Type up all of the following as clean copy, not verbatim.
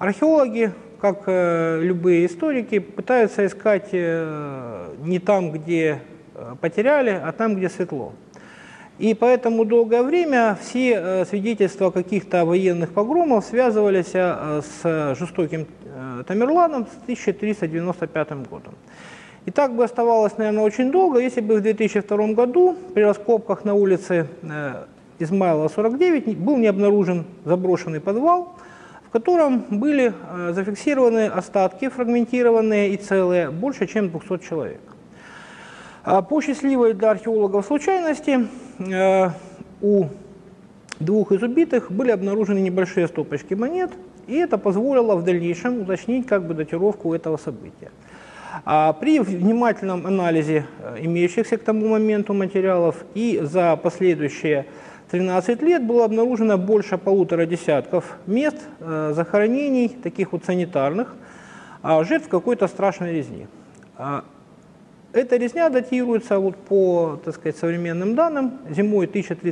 Археологи, как любые историки, пытаются искать не там, где потеряли, а там, где светло. И поэтому долгое время все свидетельства каких-то военных погромов связывались с жестоким Тамерланом с 1395 годом. И так бы оставалось, наверное, очень долго, если бы в 2002 году при раскопках на улице Измайлова, 49, был не обнаружен заброшенный подвал, в котором были зафиксированы остатки, фрагментированные и целые, больше, чем 200 человек. По счастливой для археологов случайности, у двух из убитых были обнаружены небольшие стопочки монет, и это позволило в дальнейшем уточнить датировку этого события. При внимательном анализе имеющихся к тому моменту материалов и за последующие 13 лет было обнаружено больше 1,5 десятков мест захоронений, таких вот санитарных, жертв какой-то страшной резни. Эта резня датируется по, так сказать, современным данным зимой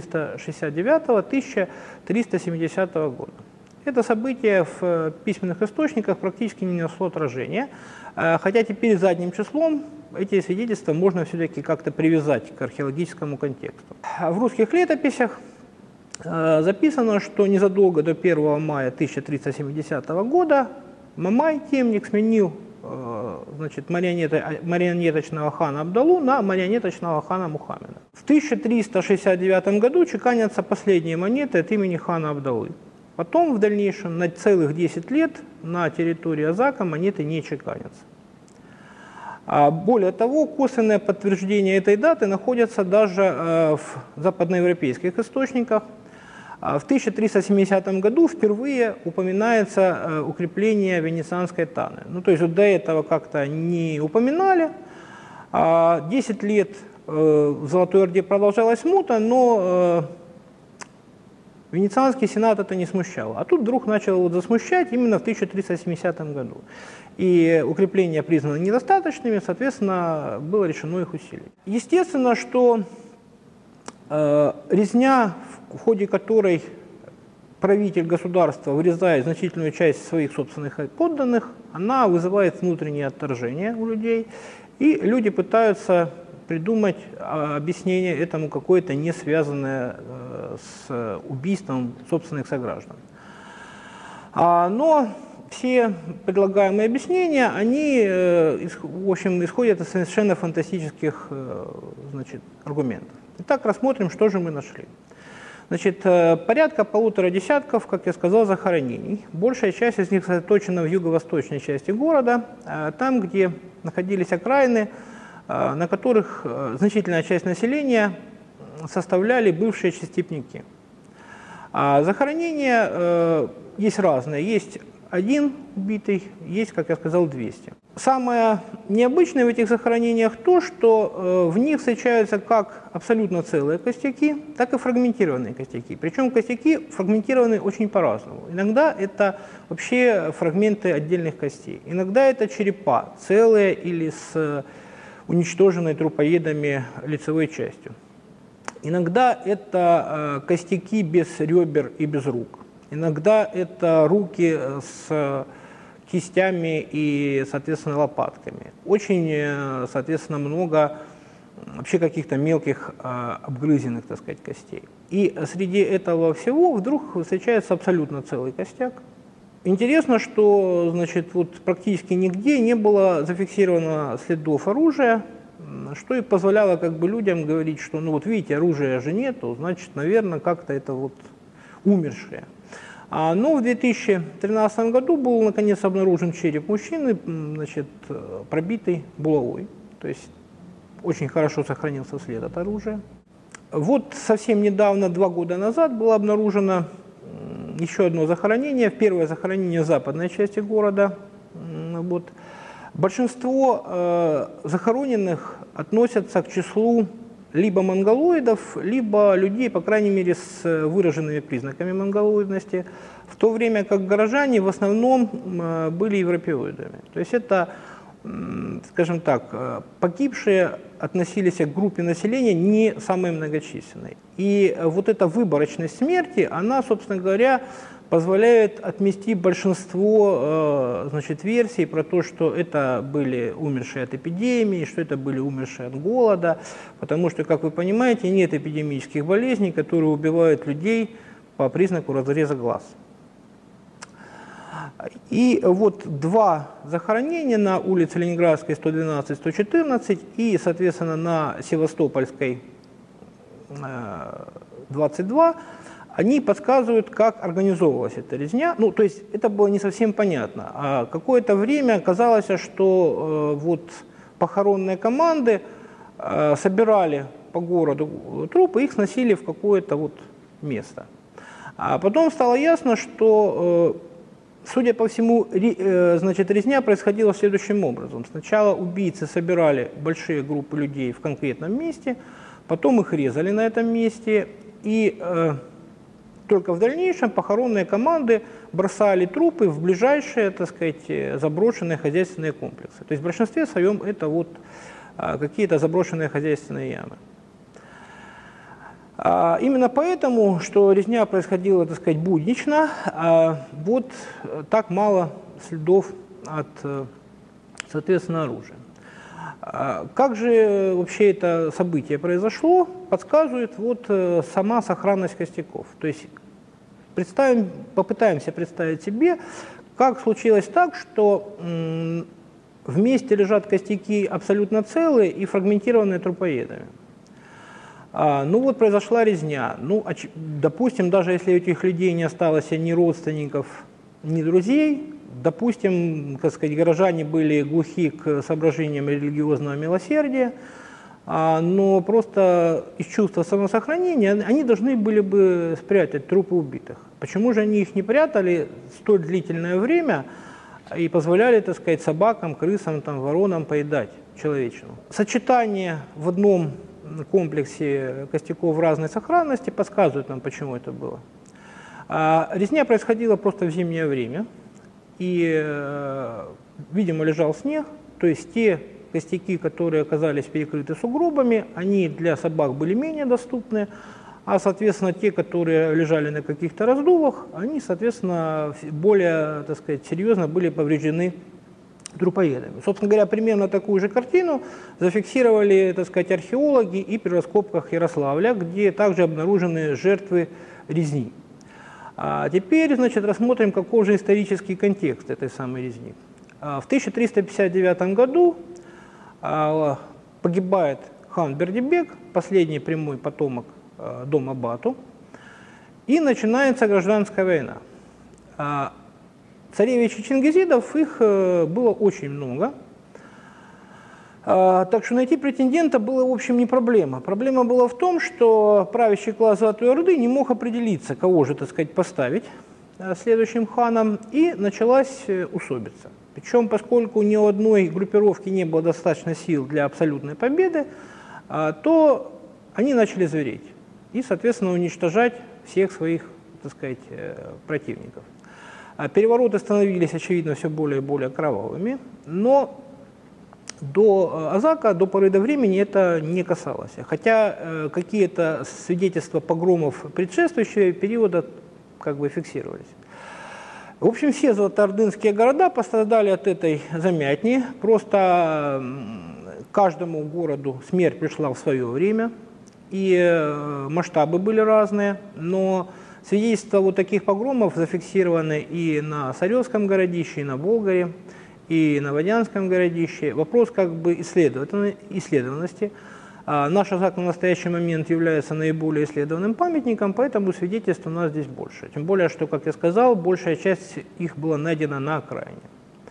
1369-1370 года. Это событие в письменных источниках практически не нашло отражения, хотя теперь задним числом эти свидетельства можно все-таки как-то привязать к археологическому контексту. В русских летописях записано, что незадолго до 1 мая 1370 года Мамай, темник, сменил марионеточного хана Абдалу на марионеточного хана Мухаммеда. В 1369 году чеканятся последние монеты от имени хана Абдалы. Потом в дальнейшем на целых 10 лет на территории Азака монеты не чеканятся. Более того, косвенное подтверждение этой даты находится даже в западноевропейских источниках. В 1370 году впервые упоминается укрепление венецианской Таны. То есть до этого как-то не упоминали. 10 лет в Золотой Орде продолжалась смута, но Венецианский сенат это не смущало. А тут вдруг начало засмущать именно в 1370 году. И укрепления признаны недостаточными, соответственно, было решено их усилить. Естественно, что резня, в ходе которой правитель государства вырезает значительную часть своих собственных подданных, она вызывает внутреннее отторжение у людей, и люди пытаются придумать объяснение этому какое-то не связанное с убийством собственных сограждан. Но все предлагаемые объяснения, они, в общем, исходят из совершенно фантастических аргументов. Итак, рассмотрим, что же мы нашли. Порядка 1,5 десятков, как я сказал, захоронений. Большая часть из них сосредоточена в юго-восточной части города, там, где находились окраины, на которых значительная часть населения составляли бывшие частепники. Захоронения есть разные. Есть один убитый, есть, как я сказал, 200. Самое необычное в этих захоронениях то, что в них встречаются как абсолютно целые костяки, так и фрагментированные костяки. Причем костяки фрагментированы очень по-разному. Иногда это вообще фрагменты отдельных костей. Иногда это черепа, целые или с уничтоженной трупоедами лицевой частью. Иногда это костяки без ребер и без рук. Иногда это руки с кистями и, соответственно, лопатками. Очень, соответственно, много вообще каких-то мелких обгрызенных, так сказать, костей. И среди этого всего вдруг встречается абсолютно целый костяк. Интересно, что практически нигде не было зафиксировано следов оружия, что и позволяло людям говорить, что видите, оружия же нету, значит, наверное, как-то это умершие. Но в 2013 году был наконец обнаружен череп мужчины, пробитый булавой, то есть очень хорошо сохранился след от оружия. Совсем недавно, 2 года назад, было обнаружено еще одно захоронение, первое захоронение в западной части города. Большинство захороненных относятся к числу либо монголоидов, либо людей, по крайней мере, с выраженными признаками монголоидности, в то время как горожане в основном были европеоидами. То есть это, скажем так, погибшие относились к группе населения не самой многочисленной. И эта выборочность смерти, она, собственно говоря, позволяет отмести большинство значит, версий про то, что это были умершие от эпидемии, что это были умершие от голода, потому что, как вы понимаете, нет эпидемических болезней, которые убивают людей по признаку разреза глаз. И вот два захоронения на улице Ленинградской 112-114 и, соответственно, на Севастопольской 22, они подсказывают, как организовывалась эта резня. Ну, то есть это было не совсем понятно. А какое-то время казалось, что вот похоронные команды собирали по городу трупы, их сносили в какое-то вот место. А потом стало ясно, что, судя по всему, значит, резня происходила следующим образом. Сначала убийцы собирали большие группы людей в конкретном месте, потом их резали на этом месте, и только в дальнейшем похоронные команды бросали трупы в ближайшие, так сказать, заброшенные хозяйственные комплексы. То есть в большинстве своем это вот какие-то заброшенные хозяйственные ямы. Именно поэтому, что резня происходила, так сказать, буднично, вот так мало следов от, соответственно, оружия. Как же вообще это событие произошло, подсказывает вот сама сохранность костяков. То есть попытаемся представить себе, как случилось так, что вместе лежат костяки абсолютно целые и фрагментированные трупоедами. Ну вот произошла резня. Ну, допустим, даже если у этих людей не осталось ни родственников, ни друзей, допустим, так сказать, горожане были глухи к соображениям религиозного милосердия, но просто из чувства самосохранения они должны были бы спрятать трупы убитых. Почему же они их не прятали столь длительное время и позволяли, так сказать, собакам, крысам, там, воронам поедать человечину? Сочетание в одном комплексе костяков разной сохранности подсказывает нам, почему это было. Резня происходила просто в зимнее время, и, видимо, лежал снег, то есть те костяки, которые оказались перекрыты сугробами, они для собак были менее доступны, а, соответственно, те, которые лежали на каких-то раздувах, они, соответственно, более, так сказать, серьезно были повреждены трупоедами. Собственно говоря, примерно такую же картину зафиксировали, так сказать, археологи и при раскопках Ярославля, где также обнаружены жертвы резни. А теперь, значит, рассмотрим, каков же исторический контекст этой самой резни. В 1359 году погибает хан Бердибек, последний прямой потомок дома Бату, и начинается гражданская война. Царевичей чингизидов, их было очень много, так что найти претендента было, в общем, не проблема. Проблема была в том, что правящий класс Золотой Орды не мог определиться, кого же, так сказать, поставить следующим ханом, и началась усобица. Причем, поскольку ни у одной группировки не было достаточно сил для абсолютной победы, то они начали звереть и, соответственно, уничтожать всех своих, так сказать, противников. Перевороты становились, очевидно, все более и более кровавыми, но до Азака, до поры до времени это не касалось. Хотя какие-то свидетельства погромов предшествующего периода как бы фиксировались. В общем, все золотоордынские города пострадали от этой замятни. Просто каждому городу смерть пришла в свое время, и масштабы были разные, но свидетельства вот таких погромов зафиксированы и на Сарёвском городище, и на Болгаре, и на Водянском городище. Вопрос как бы исследованности. Наш Азак на настоящий момент является наиболее исследованным памятником, поэтому свидетельств у нас здесь больше. Тем более, что, как я сказал, большая часть их была найдена на окраине.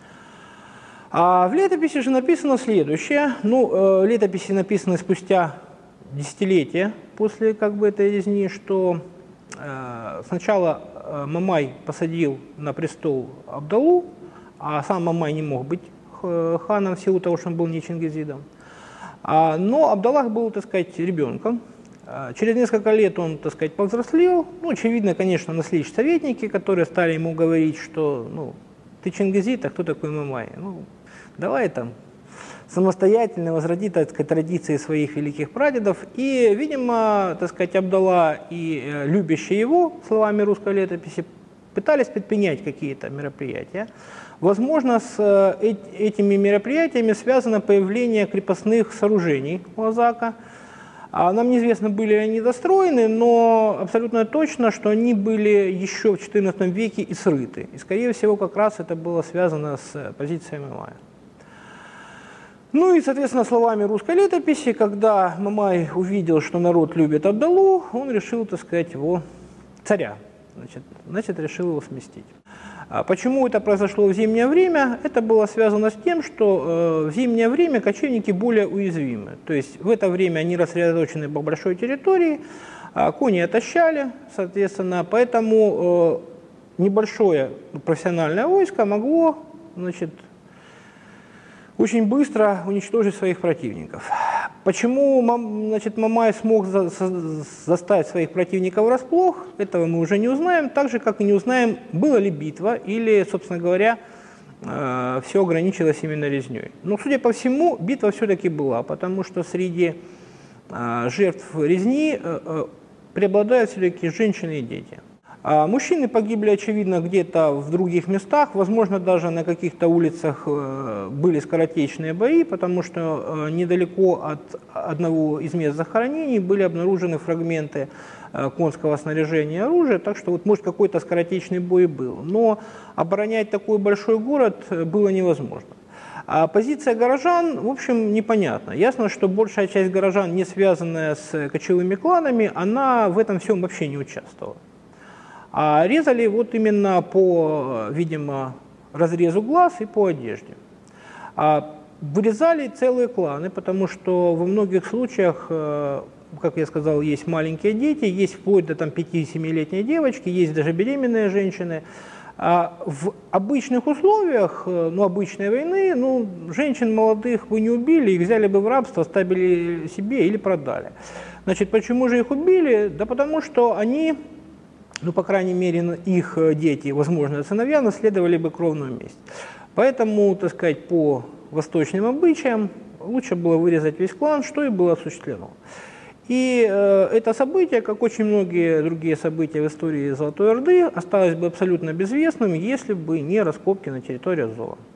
А в летописи же написано следующее. Ну, летописи написаны спустя десятилетия после как бы этой резни, что сначала Мамай посадил на престол Абдалу, а сам Мамай не мог быть ханом в силу того, что он был не чингизидом. Но Абдаллах был, так сказать, ребенком. Через несколько лет он, так сказать, повзрослел. Ну, очевидно, конечно, нашлись советники, которые стали ему говорить, что, ну, ты чингизид, а кто такой Мамай? Ну, давай там самостоятельно возроди, так сказать, традиции своих великих прадедов. И, видимо, так сказать, Абдалла и любящий его, словами русской летописи, пытались предпринять какие-то мероприятия. Возможно, с этими мероприятиями связано появление крепостных сооружений у Азака. Нам неизвестно, были ли они достроены, но абсолютно точно, что они были еще в XIV веке и срыты. И, скорее всего, как раз это было связано с позицией Мамая. Ну и, соответственно, словами русской летописи, когда Мамай увидел, что народ любит Абдалу, он решил, так сказать, его царя, значит, решил его сместить. Почему это произошло в зимнее время? Это было связано с тем, что в зимнее время кочевники более уязвимы. То есть в это время они рассредоточены по большой территории, кони отощали, соответственно, поэтому небольшое профессиональное войско могло, значит, очень быстро уничтожить своих противников. Почему, значит, Мамай смог застать своих противников врасплох, этого мы уже не узнаем, так же, как и не узнаем, была ли битва или, собственно говоря, все ограничилось именно резней. Но, судя по всему, битва все-таки была, потому что среди жертв резни преобладают все-таки женщины и дети. Мужчины погибли, очевидно, где-то в других местах, возможно, даже на каких-то улицах были скоротечные бои, потому что недалеко от одного из мест захоронений были обнаружены фрагменты конского снаряжения и оружия, так что, вот, может, какой-то скоротечный бой был. Но оборонять такой большой город было невозможно. А позиция горожан, в общем, непонятна. Ясно, что большая часть горожан, не связанная с кочевыми кланами, она в этом всем вообще не участвовала. А резали вот именно по, видимо, разрезу глаз и по одежде. Вырезали целые кланы, потому что во многих случаях, как я сказал, есть маленькие дети, есть вплоть до 5-7-летней девочки, есть даже беременные женщины. В обычных условиях, обычной войны, женщин молодых вы не убили, их взяли бы в рабство, оставили себе или продали. Значит, почему же их убили? Да потому что они, по крайней мере, их дети, возможно, сыновья, наследовали бы кровную месть. Поэтому, так сказать, по восточным обычаям лучше было вырезать весь клан, что и было осуществлено. И это событие, как очень многие другие события в истории Золотой Орды, осталось бы абсолютно безвестным, если бы не раскопки на территории Азова.